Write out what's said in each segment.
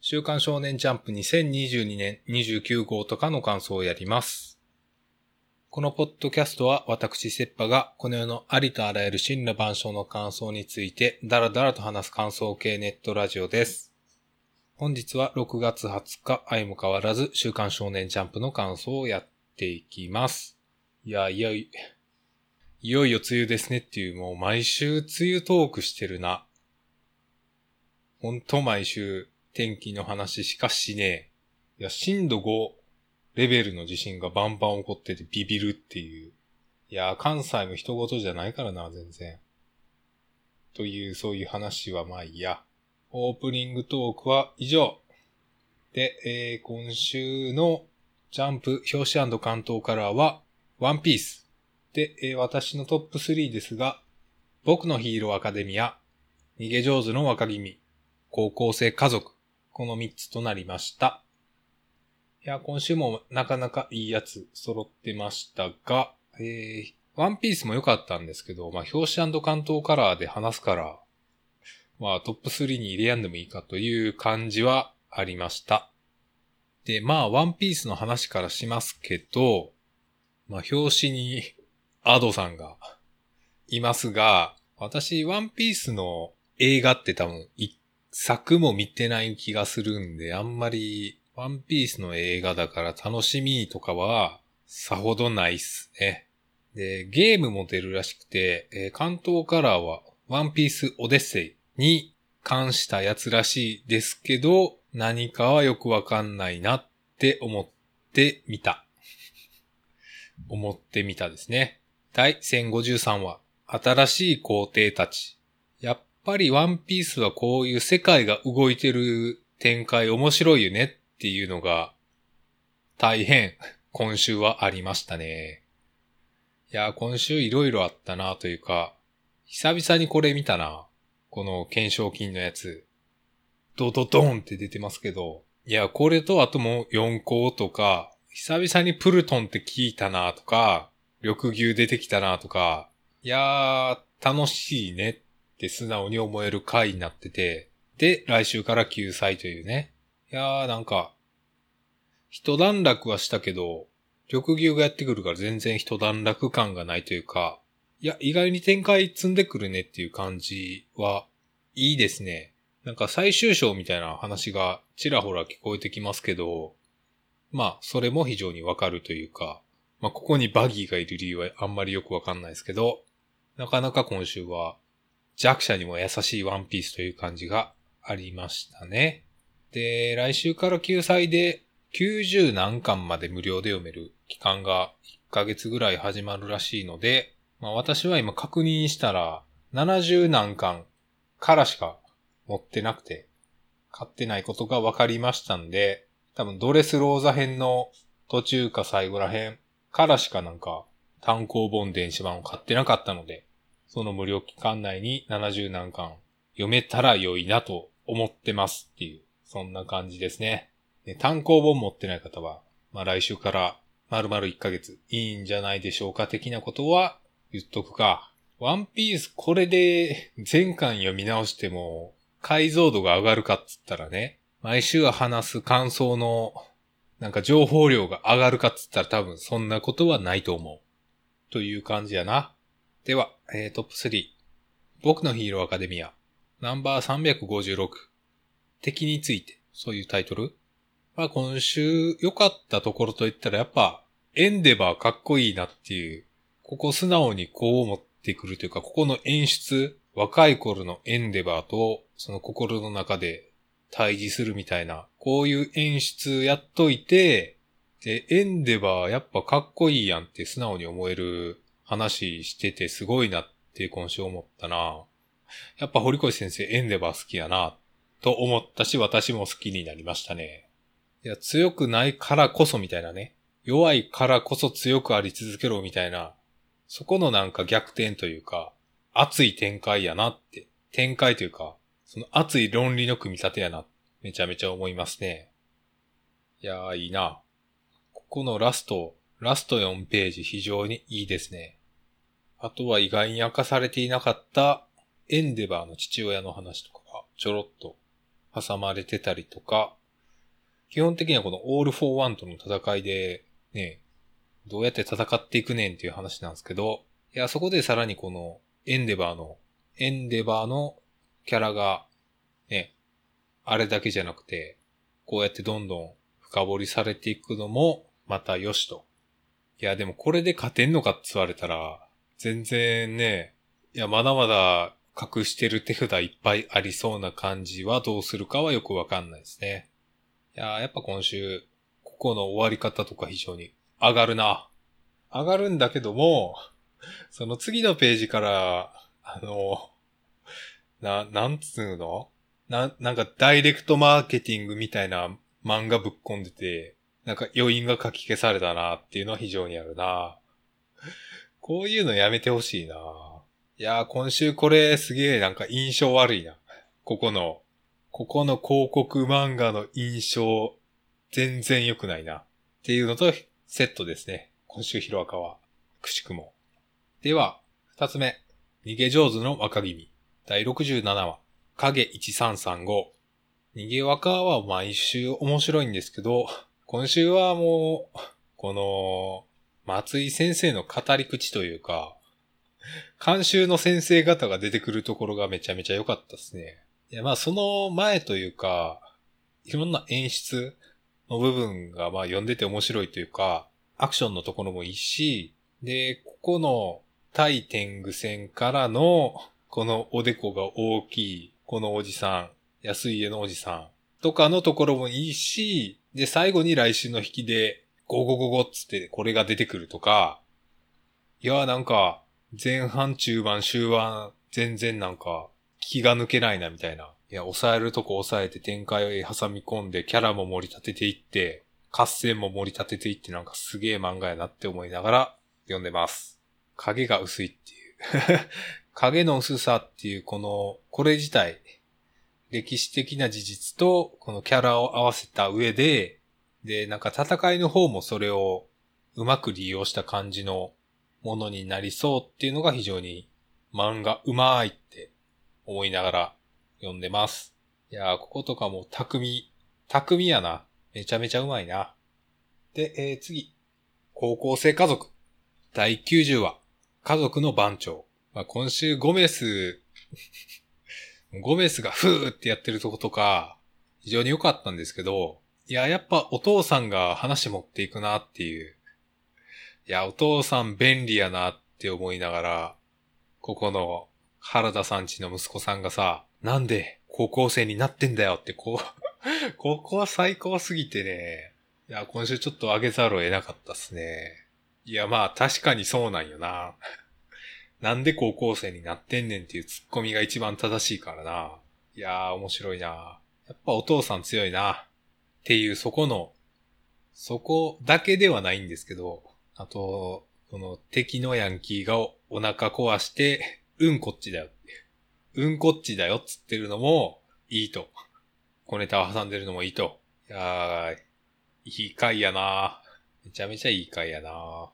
週刊少年ジャンプ2022年29号とかの感想をやります。このポッドキャストは私セッパがこの世のありとあらゆる森羅万象の感想についてダラダラと話す感想系ネットラジオです。本日は6月20日、相も変わらず週刊少年ジャンプの感想をやっていきます。いよいよ梅雨ですねっていう、もう毎週梅雨トークしてるな。ほんと毎週天気の話しかしねえ。いや、震度5レベルの地震がバンバン起こっててビビるっていう。いや、関西も人事じゃないからな、全然。という、そういう話はまあいいや。オープニングトークは以上。で、今週のジャンプ表紙&関東カラーはワンピース。で、私のトップ3ですが、僕のヒーローアカデミア、逃げ上手の若君、高校生家族、この3つとなりました。いや、今週もなかなかいいやつ揃ってましたが、ワンピースも良かったんですけど、表紙&関東カラーで話すから、トップ3に入れやんでもいいかという感じはありました。で、ワンピースの話からしますけど、表紙にアドさんがいますが、私、ワンピースの映画って多分一作も見てない気がするんで、あんまりワンピースの映画だから楽しみとかはさほどないっすね。で、ゲームも出るらしくて、関東カラーはワンピースオデッセイに関したやつらしいですけど、何かはよくわかんないなって思ってみたですね。第1053話、新しい皇帝たち。やっぱりワンピースはこういう世界が動いてる展開面白いよねっていうのが大変今週はありましたね。いや、今週いろいろあったなというか、久々にこれ見たな。この懸賞金のやつ。ドドドンって出てますけど。いや、これとあとも4校とか、久々にプルトンって聞いたなとか、緑牛出てきたなとか、いやー、楽しいねって素直に思える回になってて、で、来週から救済というね。いやー、なんか、一段落はしたけど、緑牛がやってくるから全然一段落感がないというか、いや、意外に展開積んでくるねっていう感じはいいですね。なんか最終章みたいな話がちらほら聞こえてきますけど、それも非常にわかるというか、ここにバギーがいる理由はあんまりよくわかんないですけど、なかなか今週は弱者にも優しいワンピースという感じがありましたね。で、来週から救済で90何巻まで無料で読める期間が1ヶ月ぐらい始まるらしいので、私は今確認したら70何巻からしか持ってなくて買ってないことが分かりましたんで、多分ドレスローザ編の途中か最後ら編からしかなんか単行本電子版を買ってなかったので、その無料期間内に70何巻読めたら良いなと思ってますっていう、そんな感じですね。で単行本持ってない方は、来週から丸々1ヶ月いいんじゃないでしょうか的なことは言っとくか。ワンピースこれで全巻読み直しても解像度が上がるかっつったらね、毎週話す感想のなんか情報量が上がるかっつったら多分そんなことはないと思う。という感じやな。では、トップ3。僕のヒーローアカデミア。ナンバー356。敵について。そういうタイトル。今週良かったところといったらやっぱエンデバーかっこいいなっていう、ここ素直にこう思ってくるというか、ここの演出、若い頃のエンデバーとその心の中で対峙するみたいな、こういう演出やっといて、で、エンデバーやっぱかっこいいやんって素直に思える話しててすごいなって今週思ったな。やっぱ堀越先生エンデバー好きやなと思ったし、私も好きになりましたね。いや、強くないからこそみたいなね。弱いからこそ強くあり続けろみたいな。そこのなんか逆転というか、熱い展開やなって。展開というか、その熱い論理の組み立てやな。めちゃめちゃ思いますね。いやー、いいな。ここのラスト4ページ非常にいいですね。あとは意外に明かされていなかったエンデバーの父親の話とかがちょろっと挟まれてたりとか、 基本的にはこのオール・フォー・ワンとの戦いで、ね、どうやって戦っていくねんっていう話なんですけど、いや、そこでさらにこのエンデバーのキャラが、ね、あれだけじゃなくて、こうやってどんどん深掘りされていくのも、またよしと。いや、でもこれで勝てんのかって言われたら、全然ね、いや、まだまだ隠してる手札いっぱいありそうな感じはどうするかはよくわかんないですね。いや、やっぱ今週、ここの終わり方とか非常に上がるな。上がるんだけども、その次のページから、なんつうのなんかダイレクトマーケティングみたいな漫画ぶっ込んでて、なんか余韻が書き消されたなっていうのは非常にあるな。こういうのやめてほしいな。いやー今週これすげえなんか印象悪いな。ここの広告漫画の印象全然良くないな。っていうのとセットですね。今週ヒロアカは。くしくも。では、二つ目。逃げ上手の若君。第67話。影1335。逃げ若は毎週面白いんですけど、今週はもう、この、松井先生の語り口というか、監修の先生方が出てくるところがめちゃめちゃ良かったですね。いや、まあその前というか、いろんな演出の部分がまあ読んでて面白いというか、アクションのところもいいし、で、ここの対天狗戦からの、このおでこが大きい、このおじさん、安家のおじさんとかのところもいいし、で、最後に来週の引きで、ゴゴゴゴっつってこれが出てくるとか、いや、なんか、前半、中盤、終盤、全然なんか、気が抜けないなみたいな。いや、抑えるとこ抑えて展開を挟み込んで、キャラも盛り立てていって、合戦も盛り立てていってなんかすげえ漫画やなって思いながら読んでます。影が薄いっていう。影の薄さっていうこれ自体、歴史的な事実とこのキャラを合わせた上で、で、なんか戦いの方もそれをうまく利用した感じのものになりそうっていうのが非常に漫画うまいって思いながら読んでます。いやー、こことかも巧みやな。めちゃめちゃうまいな。で、次。高校生家族。第90話。家族の番長。まあ、今週ゴメスがフーってやってるとことか、非常に良かったんですけど、いや、やっぱお父さんが話持っていくなっていう。いや、お父さん便利やなって思いながら、ここの原田さんちの息子さんがさ、なんで高校生になってんだよってここは最高すぎてね。いや、今週ちょっと上げざるを得なかったっすね。いや、まあ確かにそうなんよな。なんで高校生になってんねんっていうツッコミが一番正しいからな。いやー、面白いな。やっぱお父さん強いな。っていうそこだけではないんですけど、あと、この敵のヤンキーがお腹壊して、こっちだよって。こっちだよっつってるのもいいと。小ネタを挟んでるのもいいと。いやー、いい回やな。めちゃめちゃいい回やな。はい、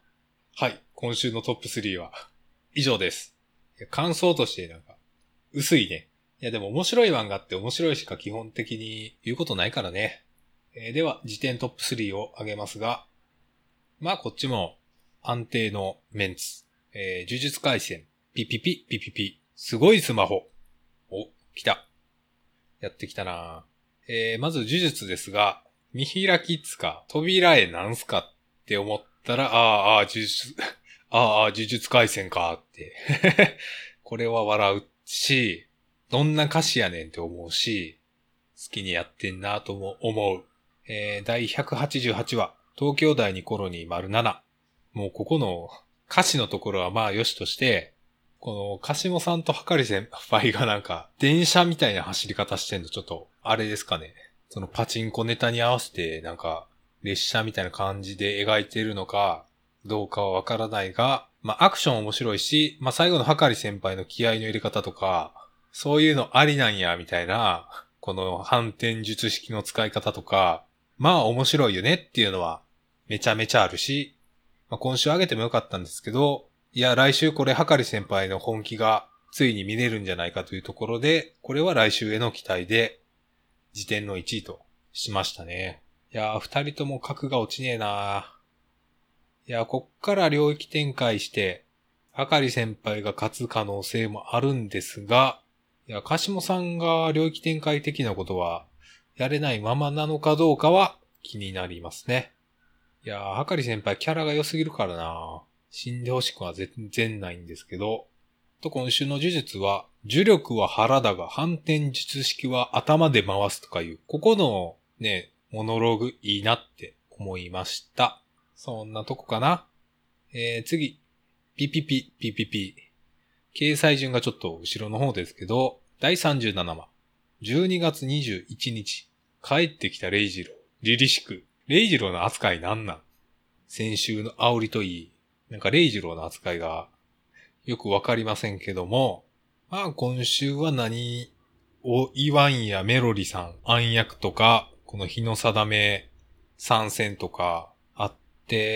今週のトップ3は以上です。感想としてなんか、薄いね。いやでも面白い漫画って面白いしか基本的に言うことないからね。では、時点トップ3を挙げますが、まあこっちも安定のメンツ。呪術廻戦、ピピピ、ピピピ、すごいスマホ。お、来た。やってきたな。まず呪術ですが、見開きっつか、扉絵なんすかって思ったら、呪術廻戦かって。これは笑うし、どんな歌詞やねんって思うし、好きにやってんなとも思う。第188話、東京第2コロニー07。もうここの歌詞のところはまあよしとして、このカシモさんとハカリ先輩がなんか電車みたいな走り方してんのちょっとあれですかね。そのパチンコネタに合わせてなんか列車みたいな感じで描いているのかどうかはわからないが、まあアクション面白いし、まあ最後のハカリ先輩の気合の入れ方とか、そういうのありなんやみたいな、この反転術式の使い方とか、まあ面白いよねっていうのはめちゃめちゃあるし、まあ、今週あげてもよかったんですけど、いや来週これハカリ先輩の本気がついに見れるんじゃないかというところで、これは来週への期待で、時点の1位としましたね。 いやー、二人とも格が落ちねえな。いやー、こっから領域展開して、あかり先輩が勝つ可能性もあるんですが、いや、かしもさんが領域展開的なことは、やれないままなのかどうかは気になりますね。いやー、あかり先輩キャラが良すぎるからな。死んでほしくは全然ないんですけど。と、今週の呪術は、呪力は腹だが反転術式は頭で回すとかいう、ここのね、モノローグいいなって思いました。そんなとこかな。次。ピピピ、ピピピ。掲載順がちょっと後ろの方ですけど、第37話。12月21日。帰ってきたレイジロー。リリシク。レイジローの扱いなんなん？先週の煽りといい、なんかレイジローの扱いがよくわかりませんけども、まあ今週は何をイワンやメロリさん暗躍とか、この日の定め参戦とかあって、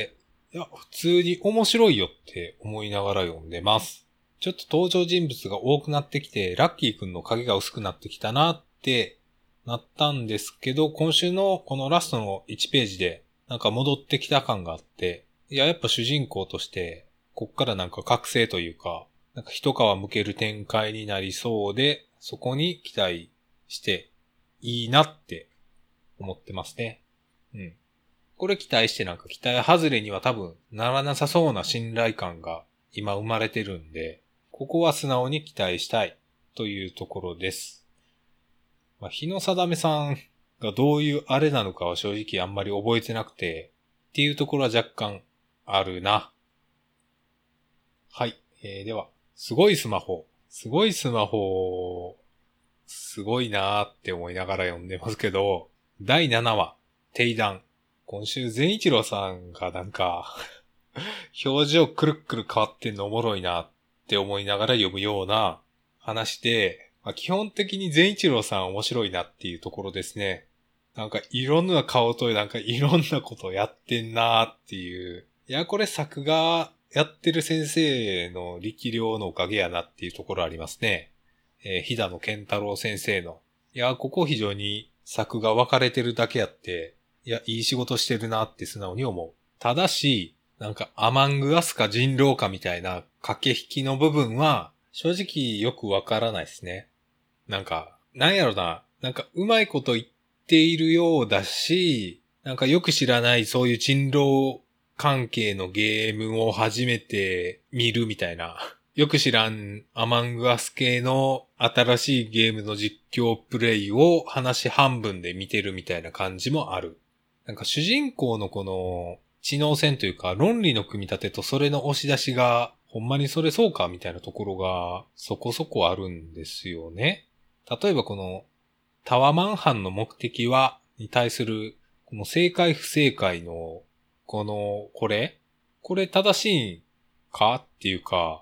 いや、普通に面白いよって思いながら読んでます。ちょっと登場人物が多くなってきて、ラッキーくんの影が薄くなってきたなってなったんですけど、今週のこのラストの1ページでなんか戻ってきた感があって、いや、やっぱ主人公として、こっからなんか覚醒というか、なんか一皮向ける展開になりそうで、そこに期待していいなって思ってますね。うん。これ期待してなんか期待外れには多分ならなさそうな信頼感が今生まれてるんで、ここは素直に期待したいというところです。まあ、日野定めさんがどういうあれなのかは正直あんまり覚えてなくて、っていうところは若干あるな。はい。では、すごいスマホ。すごいスマホ、すごいなーって思いながら読んでますけど、第7話、定談。今週善一郎さんがなんか表情くるっくる変わってんのおもろいなって思いながら読むような話で、まあ、基本的に善一郎さん面白いなっていうところですね。なんかいろんな顔となんかいろんなことやってんなーっていう。いや、これ作画やってる先生の力量のおかげやなっていうところありますね。飛騨の健太郎先生の。いや、ここ非常に作が分かれてるだけあって、いや、いい仕事してるなって素直に思う。ただし、なんかアマングアスか人狼かみたいな駆け引きの部分は正直よくわからないですね。なんか、なんやろな、なんかうまいこと言っているようだし、なんかよく知らないそういう人狼関係のゲームを初めて見るみたいな。よく知らんアマングアス系の新しいゲームの実況プレイを話半分で見てるみたいな感じもある。なんか主人公のこの知能線というか論理の組み立てとそれの押し出しがほんまにそれそうかみたいなところがそこそこあるんですよね。例えばこのタワマン犯の目的はに対するこの正解不正解のこれ正しいかっていうか、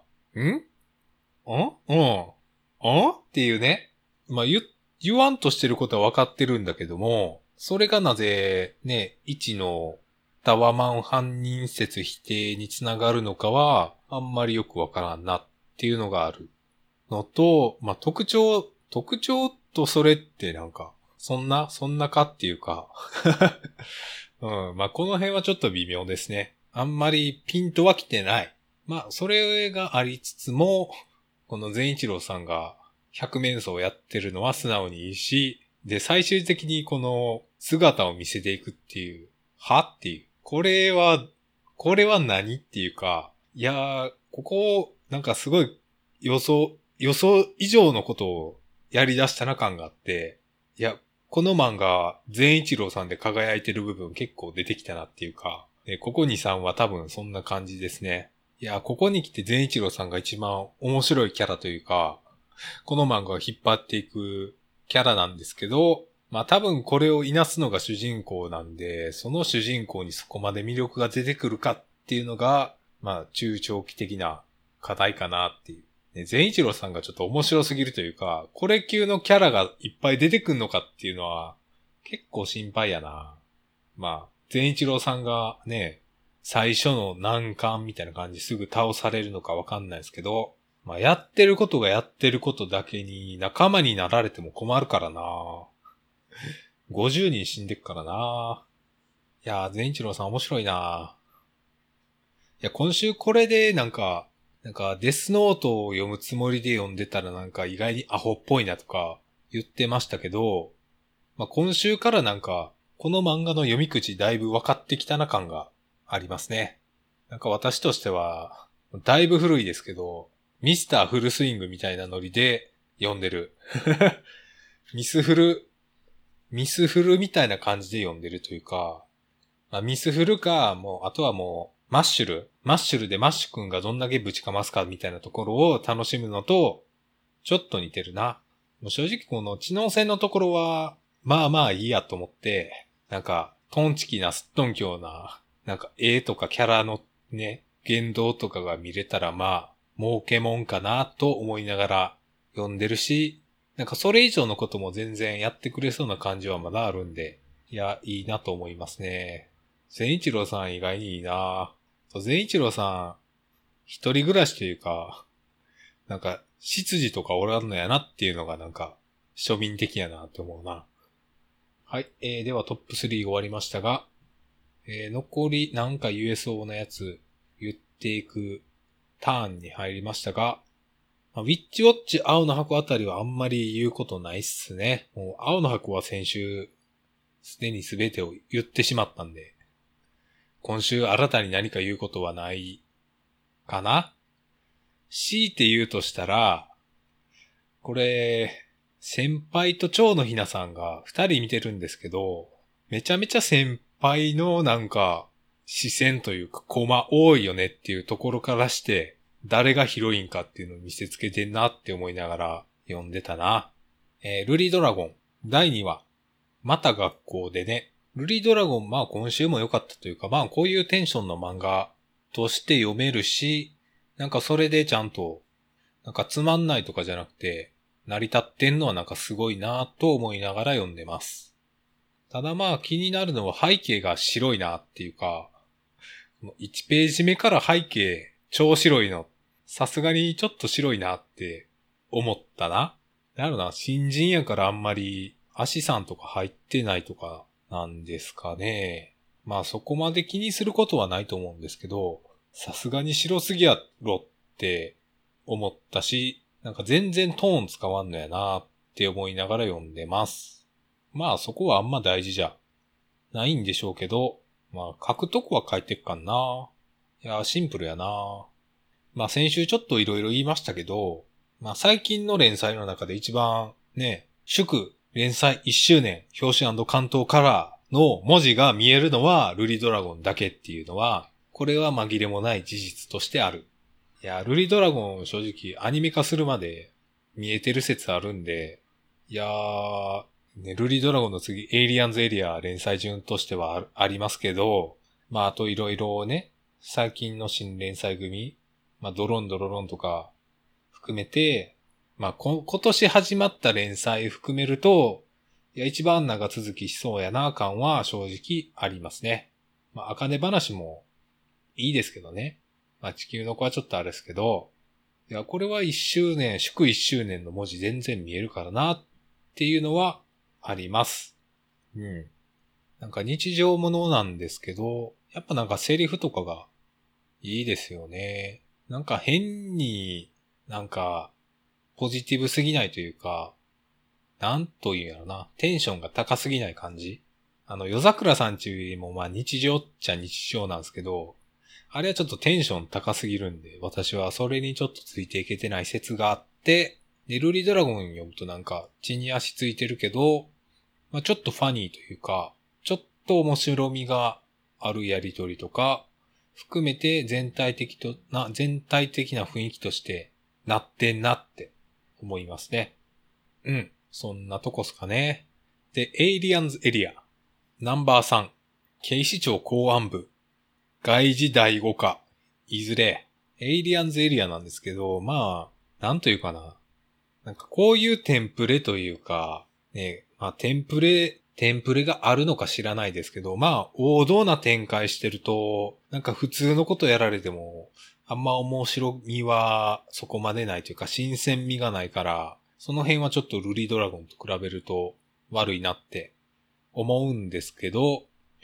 っていうね。まあ言わんとしてることは分かってるんだけども、それがなぜね、一のタワマン犯人説否定につながるのかは、あんまりよくわからんなっていうのがあるのと、まあ、特徴とそれってなんか、そんなかっていうか、うん、まあ、この辺はちょっと微妙ですね。あんまりピンとは来てない。まあ、それがありつつも、この善一郎さんが百面相をやってるのは素直にいいし、で、最終的にこの姿を見せていくっていう、はっていう。これは何っていうか、いやー、ここ、なんかすごい予想以上のことをやり出したな感があって、いや、この漫画、善一郎さんで輝いてる部分結構出てきたなっていうか、ここ2、3は多分そんな感じですね。いや、ここに来て善一郎さんが一番面白いキャラというか、この漫画を引っ張っていくキャラなんですけど、まあ多分これをいなすのが主人公なんで、その主人公にそこまで魅力が出てくるかっていうのが、まあ中長期的な課題かなっていう。善一郎さんがちょっと面白すぎるというか、これ級のキャラがいっぱい出てくんのかっていうのは結構心配やな。まあ、善一郎さんがね、最初の難関みたいな感じすぐ倒されるのかわかんないですけど、まあやってることがやってることだけに仲間になられても困るからな。50人死んでっからな。 いやー、善一郎さん面白いな。いや、今週これでデスノートを読むつもりで読んでたら意外にアホっぽいなとか言ってましたけど、まあ、今週からこの漫画の読み口だいぶ分かってきたな感がありますね。私としては、だいぶ古いですけど、ミスターフルスイングみたいなノリで読んでる。ミスフル、ミスフルみたいな感じで読んでるというか、まあ、ミスフルか、あとはマッシュルでマッシュくんがどんだけぶちかますかみたいなところを楽しむのと、ちょっと似てるな。もう正直この知能戦のところは、まあまあいいやと思って、トンチキなすっとんきょうな、絵とかキャラのね、言動とかが見れたらまあ、儲けもんかなと思いながら読んでるし、それ以上のことも全然やってくれそうな感じはまだあるんで、いや、いいなと思いますね。善一郎さん意外にいいな。善一郎さん、一人暮らしというか、執事とかおらんのやなっていうのが庶民的やなって思うな。はい。ではトップ3終わりましたが、残り言えそうなやつ言っていくターンに入りましたが、ウィッチウォッチ青の箱あたりはあんまり言うことないっすね。もう青の箱は先週、すでに全てを言ってしまったんで、今週新たに何か言うことはないかな。強いて言うとしたら、これ、先輩と蝶のひなさんが二人見てるんですけど、めちゃめちゃ先輩の視線というかコマ多いよねっていうところからして、誰がヒロインかっていうのを見せつけてんなって思いながら読んでたな。ルリドラゴン第2話。また学校でね。ルリドラゴンまあ今週も良かったというかまあこういうテンションの漫画として読めるし、それでちゃんとつまんないとかじゃなくて成り立ってんのはすごいなと思いながら読んでます。ただまあ気になるのは背景が白いなっていうか、1ページ目から背景超白いの、さすがにちょっと白いなって思ったな。新人やからあんまりアシさんとか入ってないとかなんですかね。まあそこまで気にすることはないと思うんですけど、さすがに白すぎやろって思ったし、全然トーン使わんのやなって思いながら読んでます。まあそこはあんま大事じゃないんでしょうけど、まあ書くとこは書いてっかんな。いや、シンプルやな。まあ先週ちょっといろいろ言いましたけど、まあ最近の連載の中で一番ね、祝連載1周年表紙関東カラーの文字が見えるのはルリドラゴンだけっていうのは、これは紛れもない事実としてある。いや、ルリドラゴン正直アニメ化するまで見えてる説あるんで、いやー、ね、ルリドラゴンの次、エイリアンズエリア連載順としてはありますけど、まああといろいろね、最近の新連載組、まあドロンドロロンとか含めて、まあ今年始まった連載含めると、いや一番長続きしそうやな感は正直ありますね。まあ茜話もいいですけどね。まあ地球の子はちょっとあれですけど、いやこれは1周年、祝1周年の文字全然見えるからなっていうのはあります。うん。日常ものなんですけど、やっぱセリフとかがいいですよね。変にポジティブすぎないというか、なんというんやろな、テンションが高すぎない感じ。夜桜さんちもまあ日常っちゃ日常なんですけど、あれはちょっとテンション高すぎるんで、私はそれにちょっとついていけてない説があって、で、ルリドラゴン読むと地に足ついてるけど、まあちょっとファニーというか、ちょっと面白みがあるやりとりとか、含めて全体的な雰囲気としてなってんなって思いますね。うん。そんなとこっすかね。で、エイリアンズエリア。ナンバー3。警視庁公安部。外事第5課。いずれ。エイリアンズエリアなんですけど、まあ、なんというかな。こういうテンプレというか、ね、まあテンプレがあるのか知らないですけど、まあ王道な展開してると、普通のことやられても、あんま面白みはそこまでないというか新鮮味がないから、その辺はちょっとルリドラゴンと比べると悪いなって思うんですけど、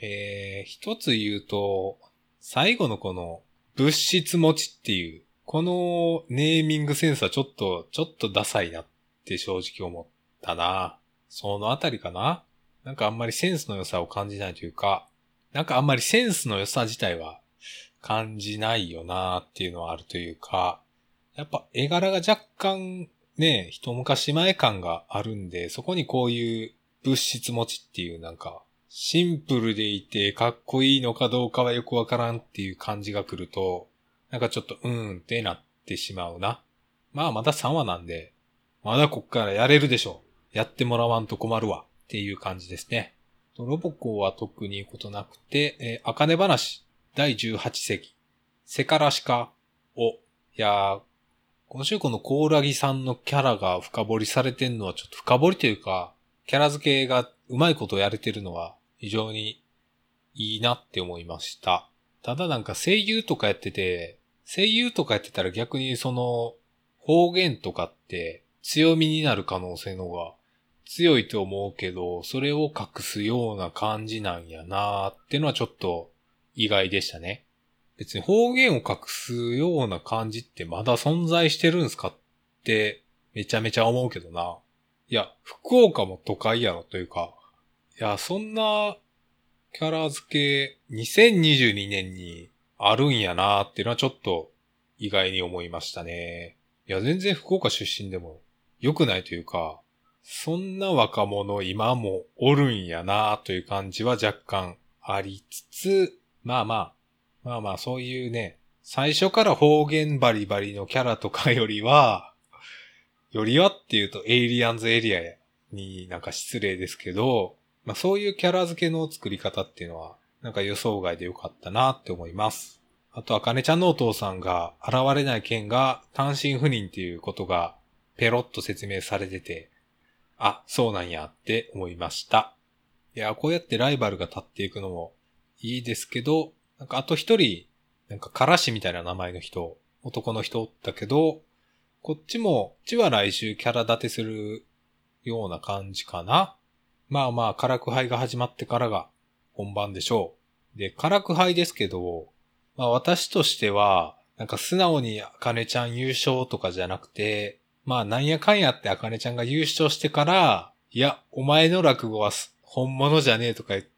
一つ言うと、最後のこの物質持ちっていう、このネーミングセンスはちょっとダサいなって正直思ったな。そのあたりかな。なんかあんまりセンスの良さを感じないというか、なんかあんまりセンスの良さ自体は感じないよなっていうのはあるというか、やっぱ絵柄が若干ね、一昔前感があるんで、そこにこういう物質持ちっていうなんか、シンプルでいてかっこいいのかどうかはよくわからんっていう感じが来ると、なんかちょっとってなってしまうな。まあまだ3話なんで、まだこっからやれるでしょう。やってもらわんと困るわっていう感じですね。ロボコは特に言うことなくて、あかね話第18席、セカラシカを、いやー、今週このコーラギさんのキャラが深掘りされてんのはちょっと深掘りというか、キャラ付けがうまいことやれてるのは非常にいいなって思いました。ただなんか声優とかやってたら逆にその方言とかって強みになる可能性の方が強いと思うけど、それを隠すような感じなんやなーってのはちょっと意外でしたね。別に方言を隠すような感じってまだ存在してるんすかってめちゃめちゃ思うけどな。いや、福岡も都会やろというか、いや、そんなキャラ付け2022年にあるんやなーっていうのはちょっと意外に思いましたね。いや、全然福岡出身でも良くないというか、そんな若者今もおるんやなーという感じは若干ありつつ、まあまあそういうね、最初から方言バリバリのキャラとかよりはっていうとエイリアンズエリアになんか失礼ですけど、まあそういうキャラ付けの作り方っていうのはなんか予想外でよかったなって思います。あと、あかねちゃんのお父さんが現れない件が単身赴任っていうことがペロッと説明されてて、あ、そうなんやって思いました。いや、こうやってライバルが立っていくのもいいですけど、なんかあと一人、なんかからしみたいな名前の人、男の人おったけど、こっちは来週キャラ立てするような感じかな。まあまあ、辛く杯が始まってからが本番でしょう。で、辛く杯ですけど、まあ私としては、なんか素直にあかねちゃん優勝とかじゃなくて、まあなんやかんやってあかねちゃんが優勝してから、いや、お前の落語は本物じゃねえとか言って、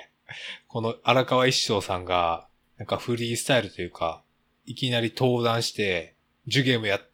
この荒川一生さんが、なんかフリースタイルというか、いきなり登壇して、ジュゲームやって、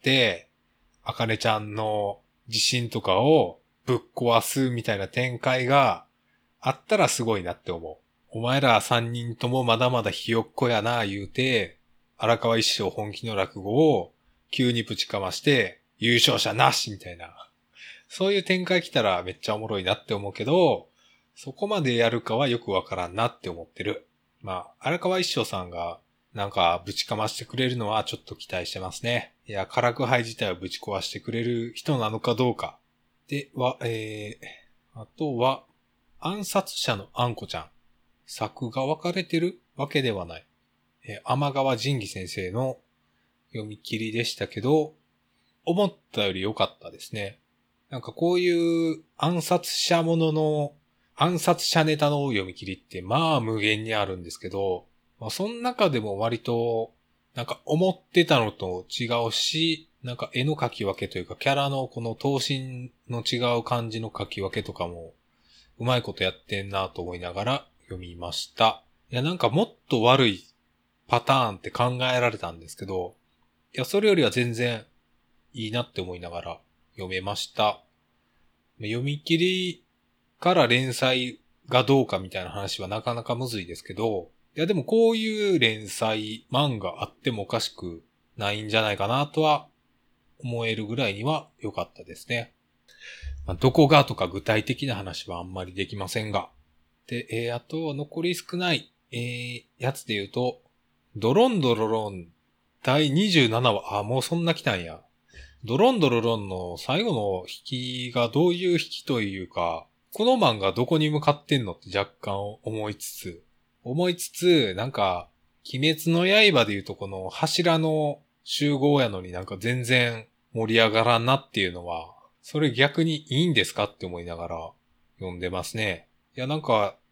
あかねちゃんの自信とかをぶっ壊すみたいな展開があったらすごいなって思う。お前ら三人ともまだまだひよっこやな言うて、荒川一生本気の落語を急にぶちかまして優勝者なしみたいな。そういう展開来たらめっちゃおもろいなって思うけど、そこまでやるかはよくわからんなって思ってる。まあ、荒川一生さんがなんかぶちかましてくれるのはちょっと期待してますね。いや、辛く杯自体をぶち壊してくれる人なのかどうか。では、あとは、暗殺者のあんこちゃん。作が分かれてるわけではない。天川仁義先生の読み切りでしたけど、思ったより良かったですね。なんかこういう暗殺者ものの、暗殺者ネタの読み切りってまあ無限にあるんですけど、まあその中でも割と、なんか思ってたのと違うし、なんか絵の描き分けというかキャラのこの頭身の違う感じの描き分けとかもうまいことやってんなと思いながら読みました。いやなんかもっと悪いパターンって考えられたんですけど、いやそれよりは全然いいなって思いながら読めました。読み切りから連載がどうかみたいな話はなかなかむずいですけど、いやでもこういう連載漫画あってもおかしくないんじゃないかなとは思えるぐらいには良かったですね。どこがとか具体的な話はあんまりできませんが。で、あと残り少ない、やつで言うと、ドロンドロロン第27話、もうそんな来たんや。ドロンドロロンの最後の引きがどういう引きというか、この漫画どこに向かってんのって若干思いつつ、なんか、鬼滅の刃で言うとこの柱の集合やのになんか全然盛り上がらんなっていうのは、それ逆にいいんですかって思いながら読んでますね。いやなんか、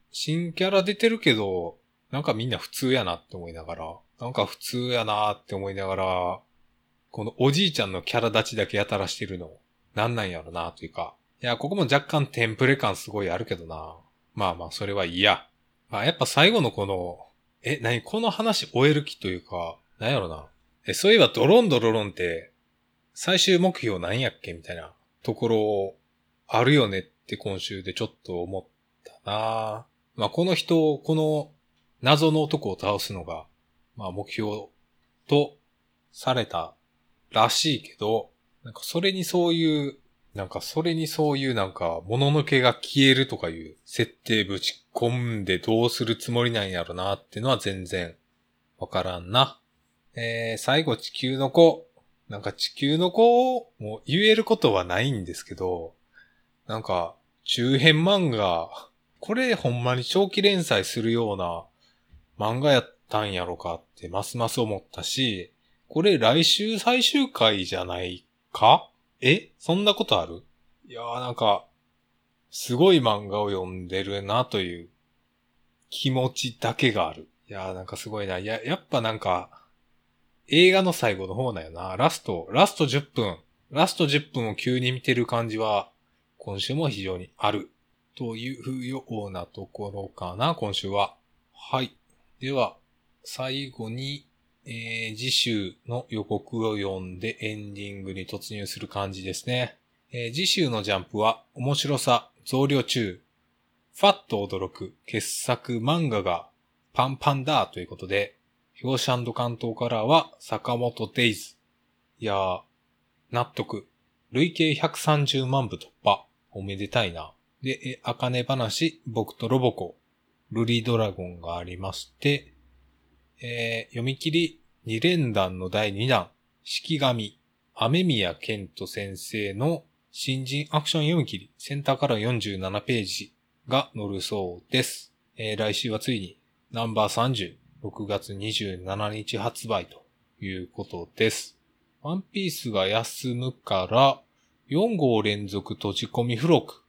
新キャラ出てるけど、なんかみんな普通やなって思いながら、なんか普通やなって思いながら、このおじいちゃんのキャラ立ちだけやたらしてるの、なんなんやろなというか。いや、ここも若干テンプレ感すごいあるけどな。まあまあ、それはいいや。まあやっぱ最後のこの、何この話終える気というか、なんやろな。そういえばドロンドロロンって、最終目標なんやっけみたいなところあるよねって今週でちょっと思ったな。まあこの人、この謎の男を倒すのが、まあ目標とされたらしいけど、なんかそれにそういうなんか、もののけが消えるとかいう設定ぶち込んでどうするつもりなんやろなっていうのは全然わからんな。最後地球の子。なんか地球の子をもう言えることはないんですけど、なんか中編漫画、これほんまに長期連載するような漫画やったんやろかってますます思ったし、これ来週最終回じゃないか？そんなことある？いやーなんか、すごい漫画を読んでるなという気持ちだけがある。いやーなんかすごいな。やっぱなんか、映画の最後の方だよな。ラスト10分。ラスト10分を急に見てる感じは、今週も非常にある。というようなところかな、今週は。はい。では、最後に、次週の予告を読んでエンディングに突入する感じですね。次週のジャンプは面白さ増量中。ファッと驚く傑作漫画がパンパンだということで、表紙関東カラーは坂本デイズ。いやー、納得。累計130万部突破。おめでたいな。で、あかね話、僕とロボコ、ルリドラゴンがありまして、読み切り2連弾の第2弾、式神、雨宮健人先生の新人アクション読み切り、センターから47ページが載るそうです。来週はついにナンバー30、6月27日発売ということです。ワンピースが休むから4号連続閉じ込み付録。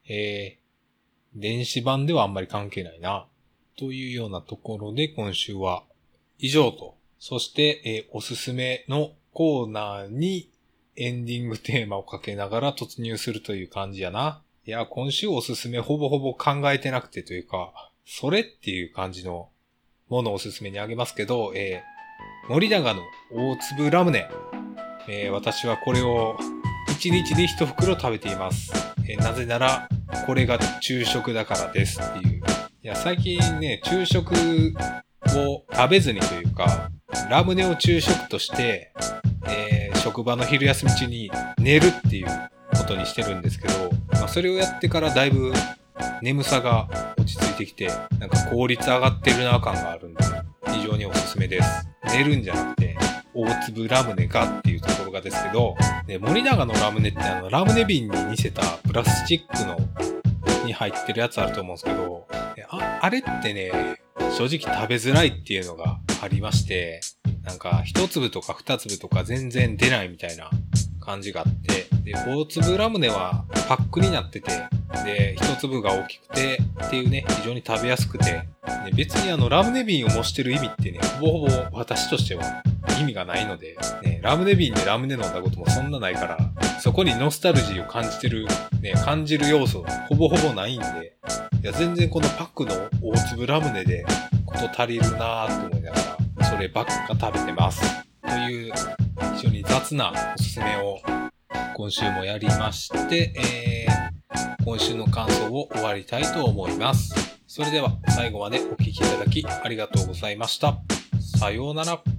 電子版ではあんまり関係ないな。というようなところで今週は以上と。そして、おすすめのコーナーにエンディングテーマをかけながら突入するという感じやな。いや、今週おすすめほぼほぼ考えてなくてというか、それっていう感じのものをおすすめにあげますけど、森永の大粒ラムネ。私はこれを1日で1袋食べています。なぜなら、これが昼食だからですっていう。いや、最近ね、昼食を食べずにというか、ラムネを昼食として、職場の昼休み中に寝るっていうことにしてるんですけど、まあ、それをやってからだいぶ眠さが落ち着いてきて、なんか効率上がってるな感があるんで、非常におすすめです。寝るんじゃなくて、大粒ラムネがっていうところがですけど、で森永のラムネってラムネ瓶に似せたプラスチックのに入ってるやつあると思うんですけど、あれってね、正直食べづらいっていうのがありまして、なんか一粒とか二粒とか全然出ないみたいな感じがあって、で、大粒ラムネはパックになってて、で、一粒が大きくてっていうね、非常に食べやすくて、で別にラムネ瓶を模してる意味ってね、ほぼほぼ私としては意味がないので、ね、ラムネ瓶でラムネ飲んだこともそんなないから、そこにノスタルジーを感じてる、ね、感じる要素ほぼほぼないんで、いや全然このパックの大粒ラムネでこと足りるなぁと思いながら、そればっか食べてます。という非常に雑なおすすめを今週もやりまして、今週の感想を終わりたいと思います。それでは最後までお聞きいただきありがとうございました。さようなら。